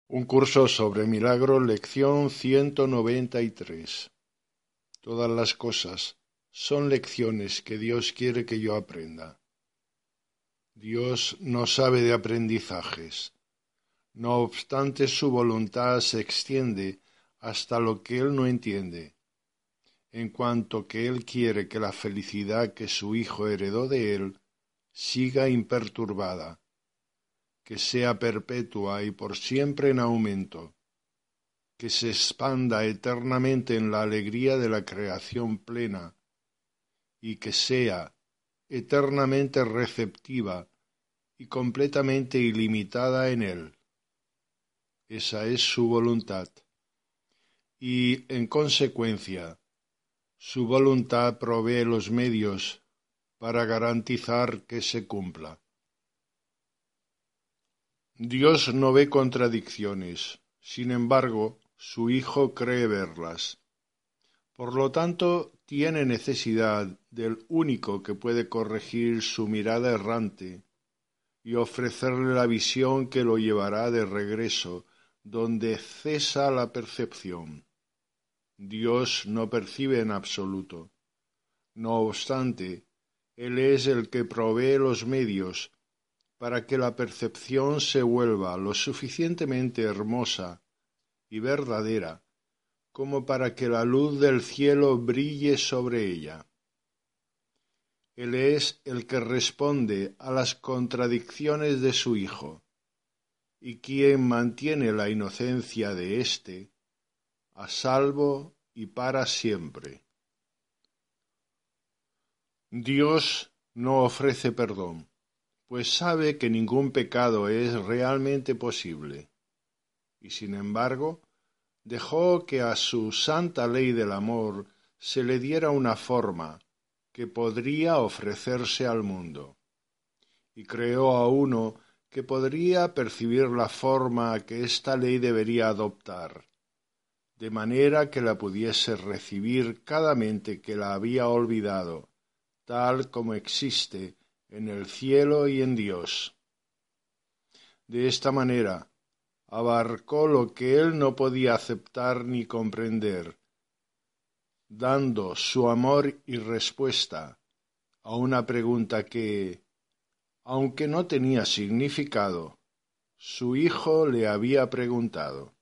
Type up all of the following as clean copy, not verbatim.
Un curso sobre milagros, lección 193. Todas las cosas son lecciones que Dios quiere que yo aprenda. Dios no sabe de aprendizajes. No obstante, su voluntad se extiende hasta lo que Él no entiende, en cuanto que Él quiere que la felicidad que su Hijo heredó de Él siga imperturbada, que sea perpetua y por siempre en aumento, que se expanda eternamente en la alegría de la creación plena y que sea eternamente receptiva y completamente ilimitada en Él. Esa es su voluntad. Y, en consecuencia, su voluntad provee los medios para garantizar que se cumpla. Dios no ve contradicciones, sin embargo, su Hijo cree verlas. Por lo tanto, tiene necesidad del único que puede corregir su mirada errante y ofrecerle la visión que lo llevará de regreso donde cesa la percepción. Dios no percibe en absoluto. No obstante, Él es el que provee los medios para que la percepción se vuelva lo suficientemente hermosa y verdadera como para que la luz del cielo brille sobre ella. Él es el que responde a las contradicciones de su Hijo, y quien mantiene la inocencia de éste a salvo y para siempre. Dios no ofrece perdón, pues sabe que ningún pecado es realmente posible, y sin embargo, dejó que a su santa ley del amor se le diera una forma que podría ofrecerse al mundo, y creó a uno que podría percibir la forma que esta ley debería adoptar, de manera que la pudiese recibir cada mente que la había olvidado, tal como existe en el cielo y en Dios. De esta manera, abarcó lo que él no podía aceptar ni comprender, dando su amor y respuesta a una pregunta que, aunque no tenía significado, su Hijo le había preguntado.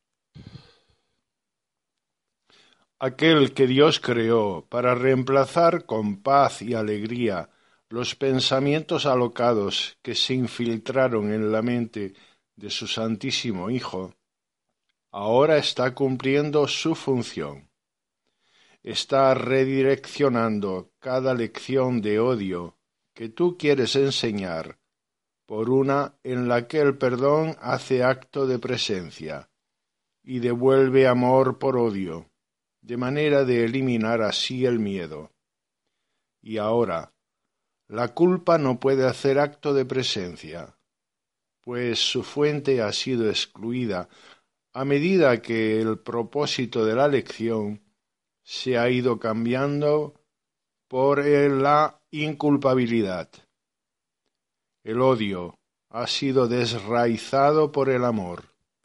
Aquel que Dios creó para reemplazar con paz y alegría los pensamientos alocados que se infiltraron en la mente de su Santísimo Hijo, ahora está cumpliendo su función. Está redireccionando cada lección de odio que tú quieres enseñar por una en la que el perdón hace acto de presencia y devuelve amor por odio, de manera de eliminar así el miedo. Y ahora, la culpa no puede hacer acto de presencia, pues su fuente ha sido excluida a medida que el propósito de la lección se ha ido cambiando por la inculpabilidad. El odio ha sido desraizado por el amor.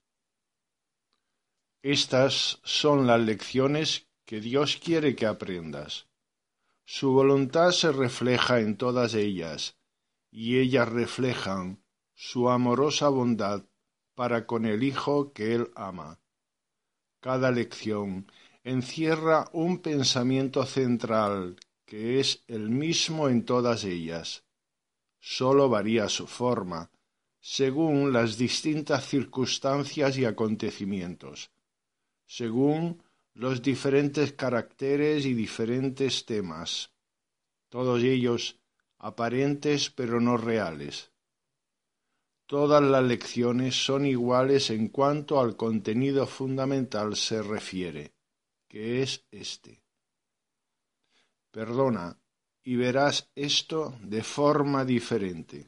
Estas son las lecciones que Dios quiere que aprendas. Su voluntad se refleja en todas ellas, y ellas reflejan su amorosa bondad para con el Hijo que Él ama. Cada lección encierra un pensamiento central que es el mismo en todas ellas. Sólo varía su forma, según las distintas circunstancias y acontecimientos, según los diferentes caracteres y diferentes temas, todos ellos aparentes pero no reales. Todas las lecciones son iguales en cuanto al contenido fundamental se refiere, que es este. Perdona, y verás esto de forma diferente.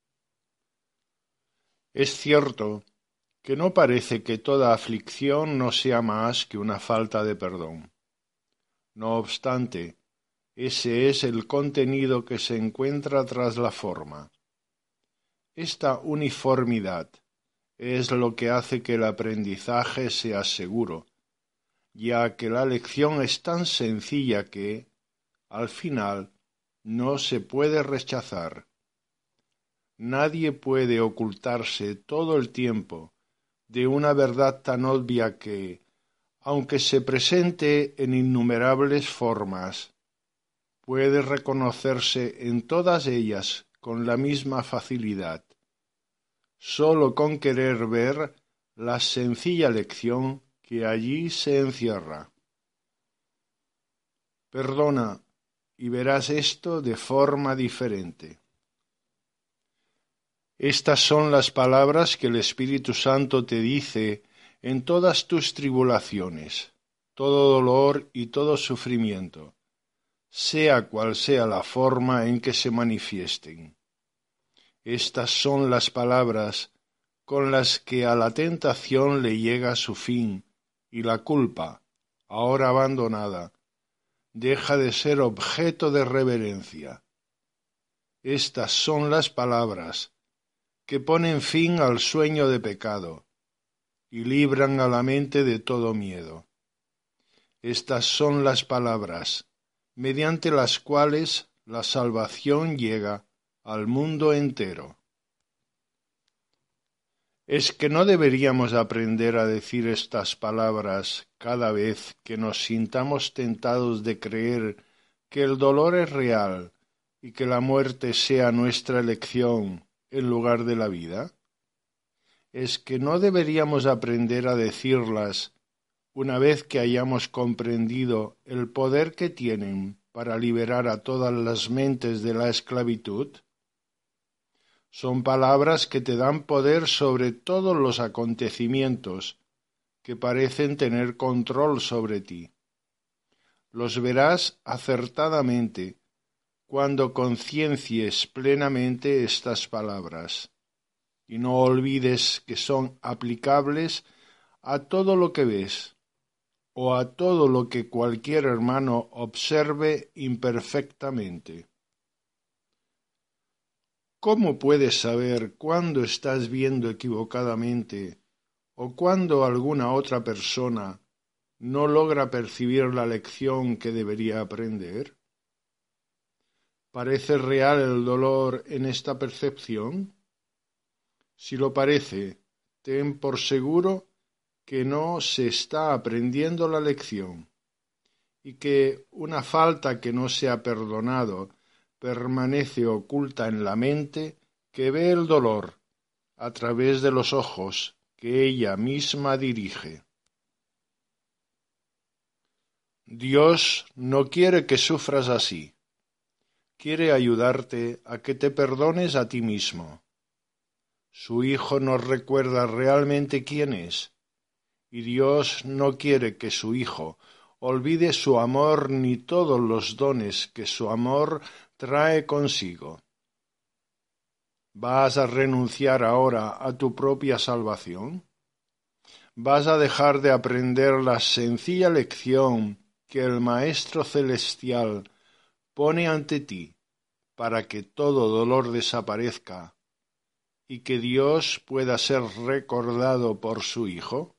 Es cierto que no parece que toda aflicción no sea más que una falta de perdón. No obstante, ese es el contenido que se encuentra tras la forma. Esta uniformidad es lo que hace que el aprendizaje sea seguro, ya que la lección es tan sencilla que, al final, no se puede rechazar. Nadie puede ocultarse todo el tiempo de una verdad tan obvia que, aunque se presente en innumerables formas, puede reconocerse en todas ellas con la misma facilidad, sólo con querer ver la sencilla lección que allí se encierra. Perdona y verás esto de forma diferente. Estas son las palabras que el Espíritu Santo te dice en todas tus tribulaciones, todo dolor y todo sufrimiento, sea cual sea la forma en que se manifiesten. Estas son las palabras con las que a la tentación le llega su fin, y la culpa, ahora abandonada, deja de ser objeto de reverencia. Estas son las palabras que ponen fin al sueño de pecado y libran a la mente de todo miedo. Estas son las palabras mediante las cuales la salvación llega al mundo entero. ¿Es que no deberíamos aprender a decir estas palabras cada vez que nos sintamos tentados de creer que el dolor es real y que la muerte sea nuestra elección en lugar de la vida? ¿Es que no deberíamos aprender a decirlas una vez que hayamos comprendido el poder que tienen para liberar a todas las mentes de la esclavitud? Son palabras que te dan poder sobre todos los acontecimientos que parecen tener control sobre ti. Los verás acertadamente cuando conciencies plenamente estas palabras, y no olvides que son aplicables a todo lo que ves, o a todo lo que cualquier hermano observe imperfectamente. ¿Cómo puedes saber cuándo estás viendo equivocadamente o cuándo alguna otra persona no logra percibir la lección que debería aprender? ¿Parece real el dolor en esta percepción? Si lo parece, ten por seguro que no se está aprendiendo la lección y que una falta que no se ha perdonado permanece oculta en la mente que ve el dolor a través de los ojos que ella misma dirige. Dios no quiere que sufras así. Quiere ayudarte a que te perdones a ti mismo. Su Hijo nos recuerda realmente quién es, y Dios no quiere que su Hijo olvide su amor ni todos los dones que su amor trae consigo. ¿Vas a renunciar ahora a tu propia salvación? ¿Vas a dejar de aprender la sencilla lección que el Maestro Celestial pone ante ti para que todo dolor desaparezca y que Dios pueda ser recordado por su Hijo?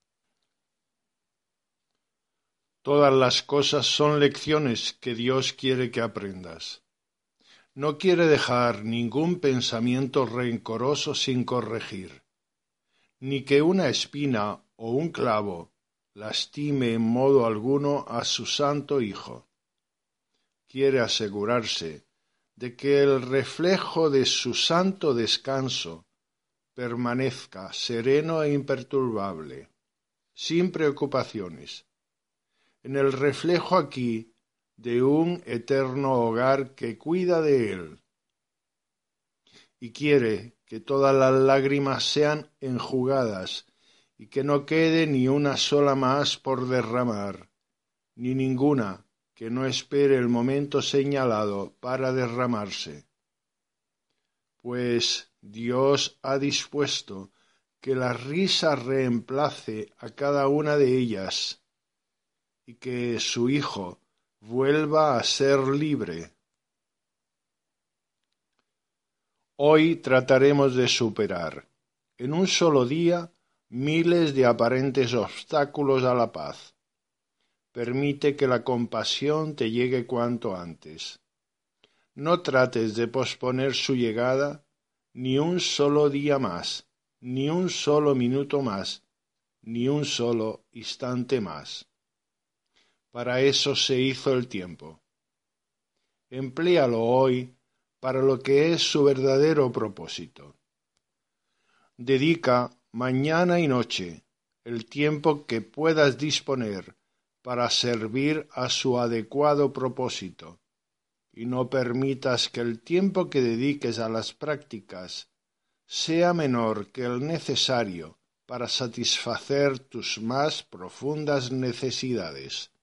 Todas las cosas son lecciones que Dios quiere que aprendas. No quiere dejar ningún pensamiento rencoroso sin corregir, ni que una espina o un clavo lastime en modo alguno a su santo Hijo. Quiere asegurarse de que el reflejo de su santo descanso permanezca sereno e imperturbable, sin preocupaciones, en el reflejo aquí de un eterno hogar que cuida de él, y quiere que todas las lágrimas sean enjugadas y que no quede ni una sola más por derramar, ni ninguna que no espere el momento señalado para derramarse. Pues Dios ha dispuesto que la risa reemplace a cada una de ellas y que su Hijo vuelva a ser libre. Hoy trataremos de superar en un solo día miles de aparentes obstáculos a la paz. Permite que la compasión te llegue cuanto antes. No trates de posponer su llegada ni un solo día más, ni un solo minuto más, ni un solo instante más. Para eso se hizo el tiempo. Empléalo hoy para lo que es su verdadero propósito. Dedica mañana y noche el tiempo que puedas disponer para servir a su adecuado propósito, y no permitas que el tiempo que dediques a las prácticas sea menor que el necesario para satisfacer tus más profundas necesidades.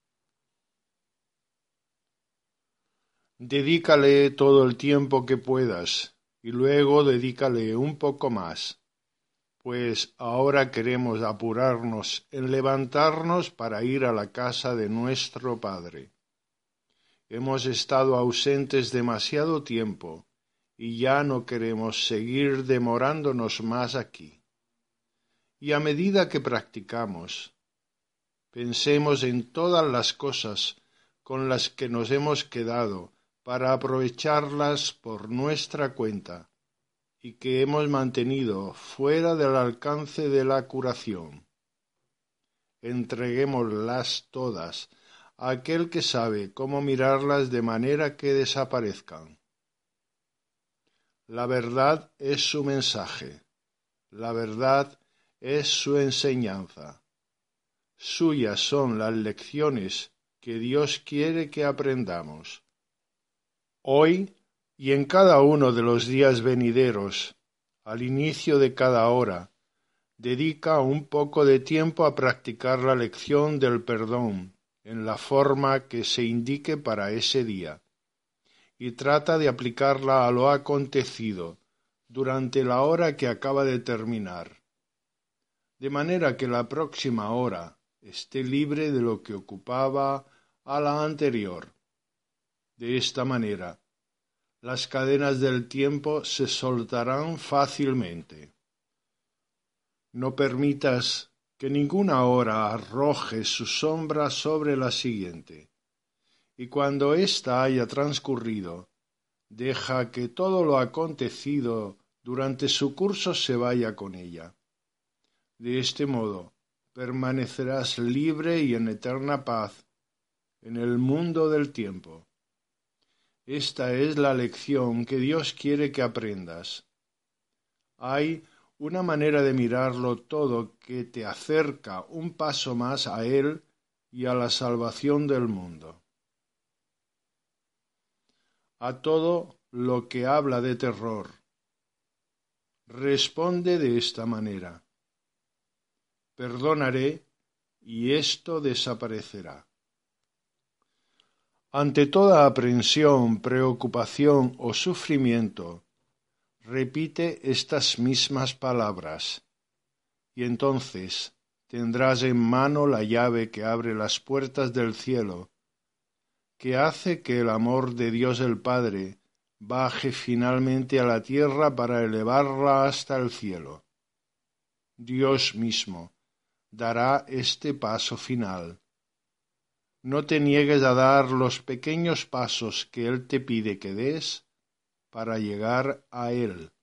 Dedícale todo el tiempo que puedas y luego dedícale un poco más, pues ahora queremos apurarnos en levantarnos para ir a la casa de nuestro Padre. Hemos estado ausentes demasiado tiempo y ya no queremos seguir demorándonos más aquí. Y a medida que practicamos, pensemos en todas las cosas con las que nos hemos quedado para aprovecharlas por nuestra cuenta y que hemos mantenido fuera del alcance de la curación. Entreguémoslas todas a aquel que sabe cómo mirarlas de manera que desaparezcan. La verdad es su mensaje, la verdad es su enseñanza. Suyas son las lecciones que Dios quiere que aprendamos. Hoy y en cada uno de los días venideros, al inicio de cada hora, dedica un poco de tiempo a practicar la lección del perdón en la forma que se indique para ese día, y trata de aplicarla a lo acontecido durante la hora que acaba de terminar, de manera que la próxima hora esté libre de lo que ocupaba a la anterior. De esta manera, las cadenas del tiempo se soltarán fácilmente. No permitas que ninguna hora arroje su sombra sobre la siguiente, y cuando ésta haya transcurrido, deja que todo lo acontecido durante su curso se vaya con ella. De este modo, permanecerás libre y en eterna paz en el mundo del tiempo. Esta es la lección que Dios quiere que aprendas. Hay una manera de mirarlo todo que te acerca un paso más a Él y a la salvación del mundo. A todo lo que habla de terror, responde de esta manera: perdonaré y esto desaparecerá. Ante toda aprensión, preocupación o sufrimiento, repite estas mismas palabras, y entonces tendrás en mano la llave que abre las puertas del cielo, que hace que el amor de Dios el Padre baje finalmente a la tierra para elevarla hasta el cielo. Dios mismo dará este paso final. No te niegues a dar los pequeños pasos que Él te pide que des para llegar a Él.